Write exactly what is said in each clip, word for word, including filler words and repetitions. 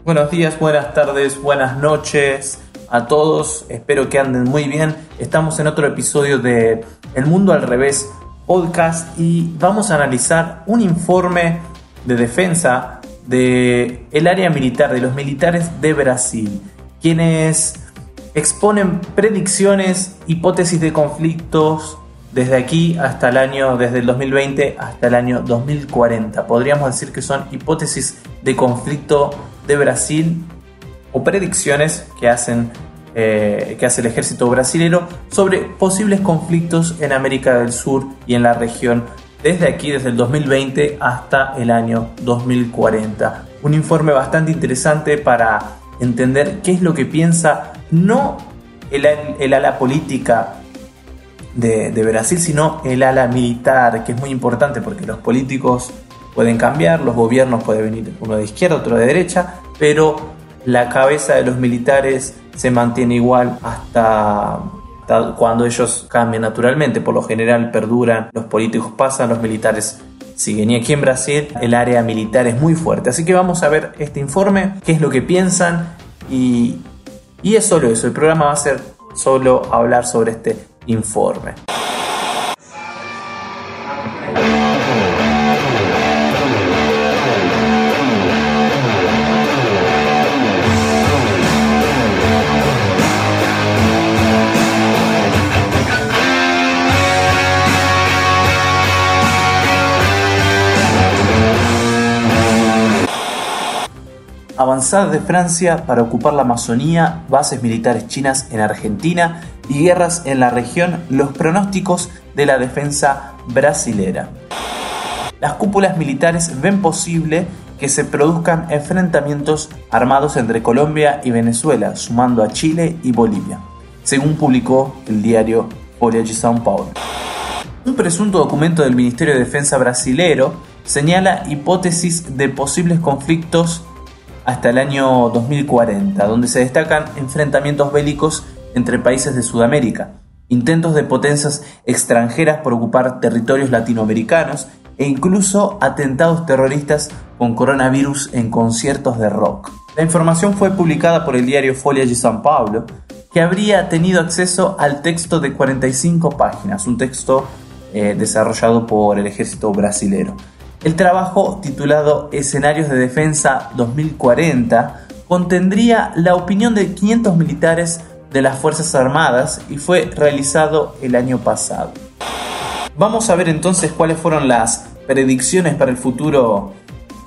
Buenos días, buenas tardes, buenas noches a todos. Espero que anden muy bien. Estamos en otro episodio de El Mundo al Revés podcast y vamos a analizar un informe de defensa del área militar, de los militares de Brasil, quienes exponen predicciones, hipótesis de conflictos desde aquí hasta el año, desde el dos mil veinte hasta el año dos mil cuarenta. Podríamos decir que son hipótesis de conflicto de Brasil o predicciones que hacen eh, que hace el ejército brasilero sobre posibles conflictos en América del Sur y en la región desde aquí, desde el dos mil veinte hasta el año dos mil cuarenta. Un informe bastante interesante para entender qué es lo que piensa no el, el ala política de, de Brasil, sino el ala militar, que es muy importante porque los políticos pueden cambiar, los gobiernos pueden venir uno de izquierda, otro de derecha, pero la cabeza de los militares se mantiene igual hasta, hasta cuando ellos cambian naturalmente. Por lo general perduran, los políticos pasan, los militares siguen. Y aquí en Brasil el área militar es muy fuerte. Así que vamos a ver este informe, qué es lo que piensan y, y es solo eso. El programa va a ser solo hablar sobre este informe. Avanzada de Francia para ocupar la Amazonía, bases militares chinas en Argentina y guerras en la región, los pronósticos de la defensa brasilera. Las cúpulas militares ven posible que se produzcan enfrentamientos armados entre Colombia y Venezuela, sumando a Chile y Bolivia, según publicó el diario Folha de São Paulo. Un presunto documento del Ministerio de Defensa brasilero señala hipótesis de posibles conflictos hasta el año dos mil cuarenta, donde se destacan enfrentamientos bélicos entre países de Sudamérica, intentos de potencias extranjeras por ocupar territorios latinoamericanos e incluso atentados terroristas con coronavirus en conciertos de rock. La información fue publicada por el diario Folha de São Paulo, que habría tenido acceso al texto de cuarenta y cinco páginas, un texto eh, desarrollado por el ejército brasilero. El trabajo, titulado Escenarios de Defensa dos mil cuarenta, contendría la opinión de quinientos militares de las Fuerzas Armadas y fue realizado el año pasado. Vamos a ver entonces cuáles fueron las predicciones para el futuro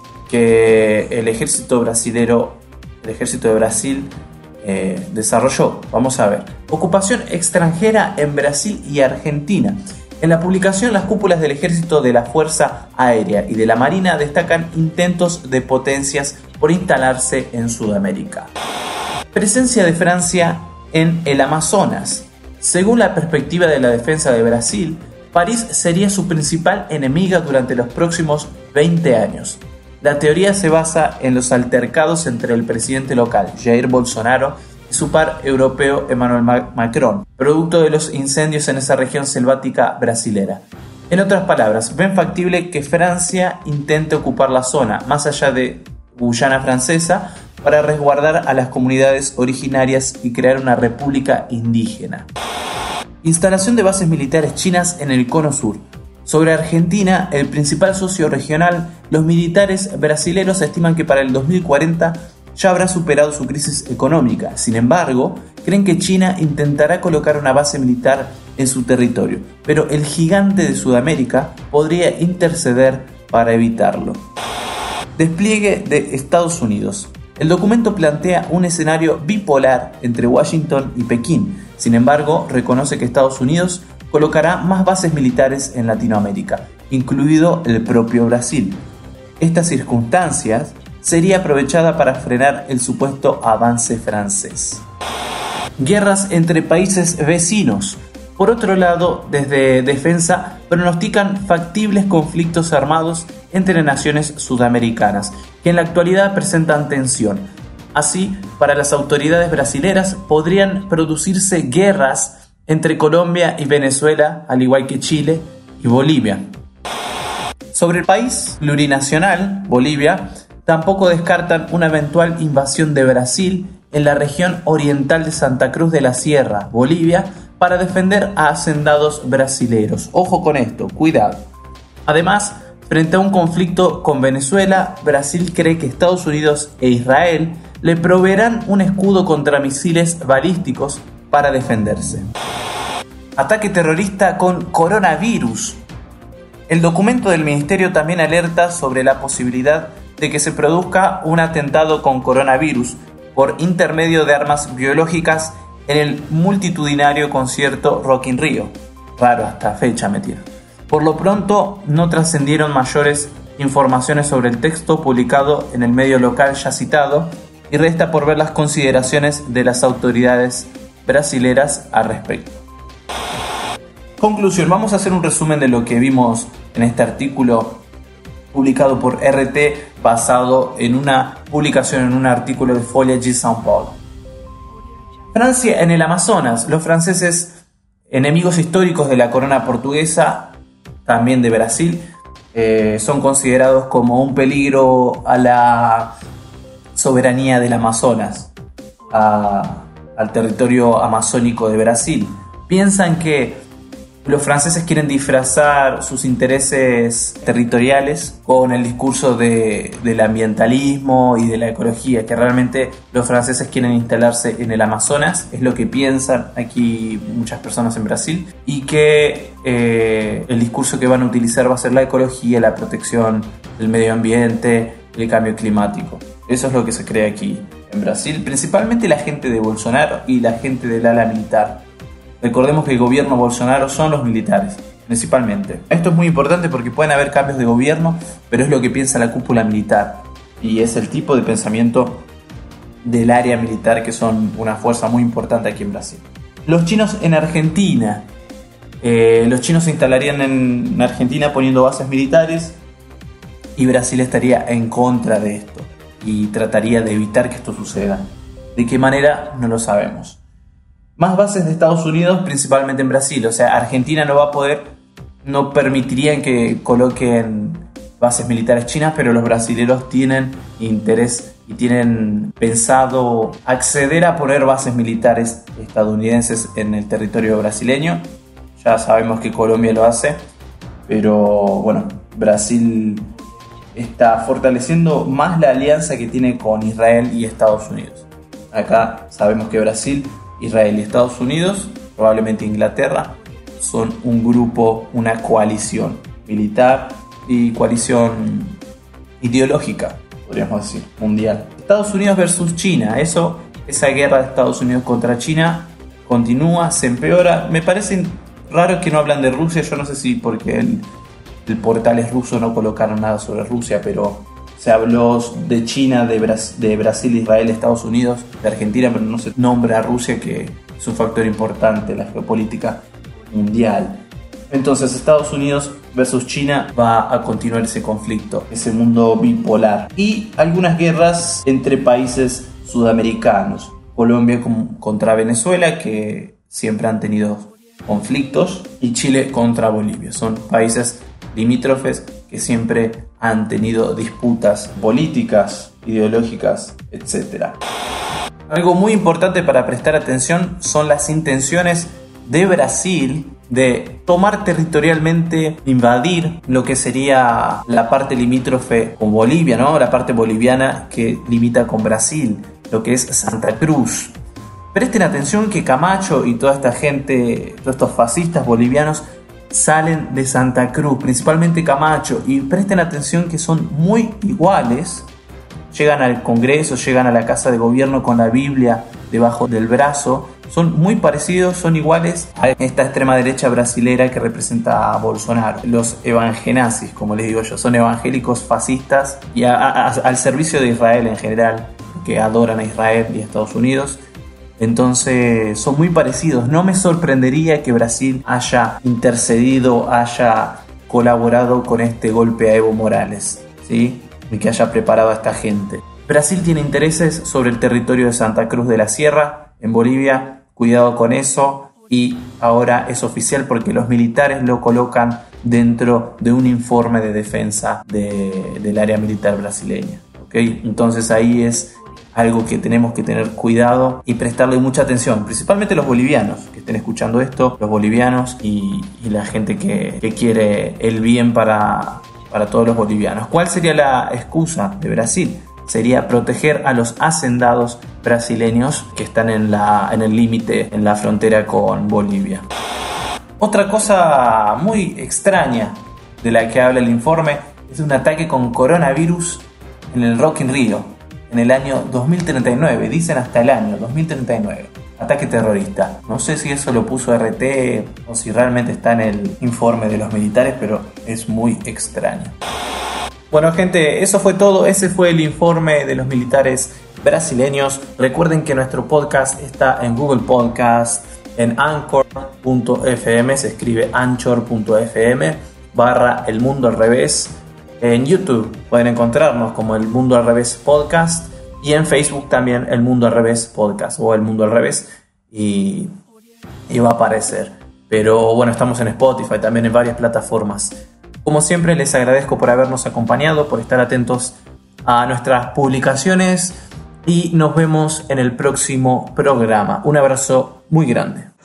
que el ejército brasilero, el ejército de Brasil eh, desarrolló. Vamos a ver. Ocupación extranjera en Brasil y Argentina. En la publicación, las cúpulas del ejército, de la Fuerza Aérea y de la Marina destacan intentos de potencias por instalarse en Sudamérica. Presencia de Francia en el Amazonas. Según la perspectiva de la defensa de Brasil, París sería su principal enemiga durante los próximos veinte años. La teoría se basa en los altercados entre el presidente local, Jair Bolsonaro, y su par europeo Emmanuel Macron, producto de los incendios en esa región selvática brasilera. En otras palabras, ven factible que Francia intente ocupar la zona, más allá de Guyana Francesa, para resguardar a las comunidades originarias y crear una república indígena. Instalación de bases militares chinas en el Cono Sur. Sobre Argentina, el principal socio regional, los militares brasileros estiman que para el dos mil cuarenta ya habrá superado su crisis económica. Sin embargo, creen que China intentará colocar una base militar en su territorio, pero el gigante de Sudamérica podría interceder para evitarlo. Despliegue de Estados Unidos. El documento plantea un escenario bipolar entre Washington y Pekín. Sin embargo, reconoce que Estados Unidos colocará más bases militares en Latinoamérica, incluido el propio Brasil. Estas circunstancias sería aprovechada para frenar el supuesto avance francés. Guerras entre países vecinos. Por otro lado, desde Defensa pronostican factibles conflictos armados entre naciones sudamericanas, que en la actualidad presentan tensión. Así, para las autoridades brasileras podrían producirse guerras entre Colombia y Venezuela, al igual que Chile y Bolivia. Sobre el país plurinacional, Bolivia, Tampoco descartan una eventual invasión de Brasil en la región oriental de Santa Cruz de la Sierra, Bolivia, para defender a hacendados brasileros. Ojo con esto, cuidado. Además, frente a un conflicto con Venezuela, Brasil cree que Estados Unidos e Israel le proveerán un escudo contra misiles balísticos para defenderse. Ataque terrorista con coronavirus. El documento del ministerio también alerta sobre la posibilidad de que se produzca un atentado con coronavirus por intermedio de armas biológicas en el multitudinario concierto Rock in Rio. Raro hasta fecha metido. Por lo pronto no trascendieron mayores informaciones sobre el texto publicado en el medio local ya citado y resta por ver las consideraciones de las autoridades brasileras al respecto. Conclusión, vamos a hacer un resumen de lo que vimos en este artículo publicado por R T basado en una publicación en un artículo de Folha de São Paulo. Francia en el Amazonas. Los franceses, enemigos históricos de la corona portuguesa, también de Brasil, eh, son considerados como un peligro a la soberanía del Amazonas, a, al territorio amazónico de Brasil. Piensan que los franceses quieren disfrazar sus intereses territoriales con el discurso de, del ambientalismo y de la ecología, que realmente los franceses quieren instalarse en el Amazonas, es lo que piensan aquí muchas personas en Brasil, y que eh, el discurso que van a utilizar va a ser la ecología, la protección del medio ambiente, el cambio climático. Eso es lo que se cree aquí en Brasil, principalmente la gente de Bolsonaro y la gente del ala militar. Recordemos que el gobierno Bolsonaro son los militares, principalmente. Esto es muy importante porque pueden haber cambios de gobierno, pero es lo que piensa la cúpula militar. Y es el tipo de pensamiento del área militar, que son una fuerza muy importante aquí en Brasil. Los chinos en Argentina. Eh, los chinos se instalarían en Argentina poniendo bases militares y Brasil estaría en contra de esto y trataría de evitar que esto suceda. ¿De qué manera? No lo sabemos. Más bases de Estados Unidos, principalmente en Brasil. O sea, Argentina no va a poder, no permitirían que coloquen bases militares chinas, pero los brasileños tienen interés y tienen pensado acceder a poner bases militares estadounidenses en el territorio brasileño. Ya sabemos que Colombia lo hace, pero bueno, Brasil está fortaleciendo más la alianza que tiene con Israel y Estados Unidos. Acá sabemos que Brasil, Israel y Estados Unidos, probablemente Inglaterra, son un grupo, una coalición militar y coalición ideológica, podríamos decir, mundial. Estados Unidos versus China, eso, esa guerra de Estados Unidos contra China continúa, se empeora. Me parece raro que no hablan de Rusia, yo no sé si porque el, el portal es ruso no colocaron nada sobre Rusia, pero se habló de China, de, Bras- de Brasil, Israel, Estados Unidos, de Argentina, pero no se nombra a Rusia, que es un factor importante en la geopolítica mundial. Entonces Estados Unidos versus China va a continuar ese conflicto, ese mundo bipolar. Y algunas guerras entre países sudamericanos. Colombia contra Venezuela, que siempre han tenido conflictos, y Chile contra Bolivia. Son países limítrofes que siempre han tenido disputas políticas, ideológicas, etcétera. Algo muy importante para prestar atención son las intenciones de Brasil de tomar territorialmente, invadir lo que sería la parte limítrofe con Bolivia, ¿no? La parte boliviana que limita con Brasil, lo que es Santa Cruz. Presten atención que Camacho y toda esta gente, todos estos fascistas bolivianos, salen de Santa Cruz, principalmente Camacho, y presten atención que son muy iguales. Llegan al Congreso, llegan a la Casa de Gobierno con la Biblia debajo del brazo. Son muy parecidos, son iguales a esta extrema derecha brasilera que representa a Bolsonaro. Los evangenazis, como les digo yo, son evangélicos fascistas y a, a, al servicio de Israel en general, que adoran a Israel y a Estados Unidos. Entonces son muy parecidos. No me sorprendería que Brasil haya intercedido, haya colaborado con este golpe a Evo Morales, ¿sí? Y que haya preparado a esta gente. Brasil tiene intereses sobre el territorio de Santa Cruz de la Sierra, en Bolivia. Cuidado con eso. Y ahora es oficial porque los militares lo colocan dentro de un informe de defensa de, del área militar brasileña. ¿ok? Entonces ahí es algo que tenemos que tener cuidado y prestarle mucha atención, principalmente los bolivianos que estén escuchando esto, los bolivianos y, y la gente que, que quiere el bien para, para todos los bolivianos. ¿Cuál sería la excusa de Brasil? Sería proteger a los hacendados brasileños que están en, la, en el límite, en la frontera con Bolivia. Otra cosa muy extraña de la que habla el informe es un ataque con coronavirus en el Rock in Rio en el año dos mil treinta y nueve, dicen hasta el año dos mil treinta y nueve. Ataque terrorista. No sé si eso lo puso R T o si realmente está en el informe de los militares, pero es muy extraño. Bueno, gente, eso fue todo. Ese fue el informe de los militares brasileños. Recuerden que nuestro podcast está en Google Podcast, en anchor punto f m, se escribe anchor punto f m barra El Mundo al Revés. En YouTube pueden encontrarnos como El Mundo al Revés Podcast y en Facebook también El Mundo al Revés Podcast o El Mundo al Revés y, y va a aparecer. Pero bueno, estamos en Spotify, también en varias plataformas. Como siempre, les agradezco por habernos acompañado, por estar atentos a nuestras publicaciones y nos vemos en el próximo programa. Un abrazo muy grande.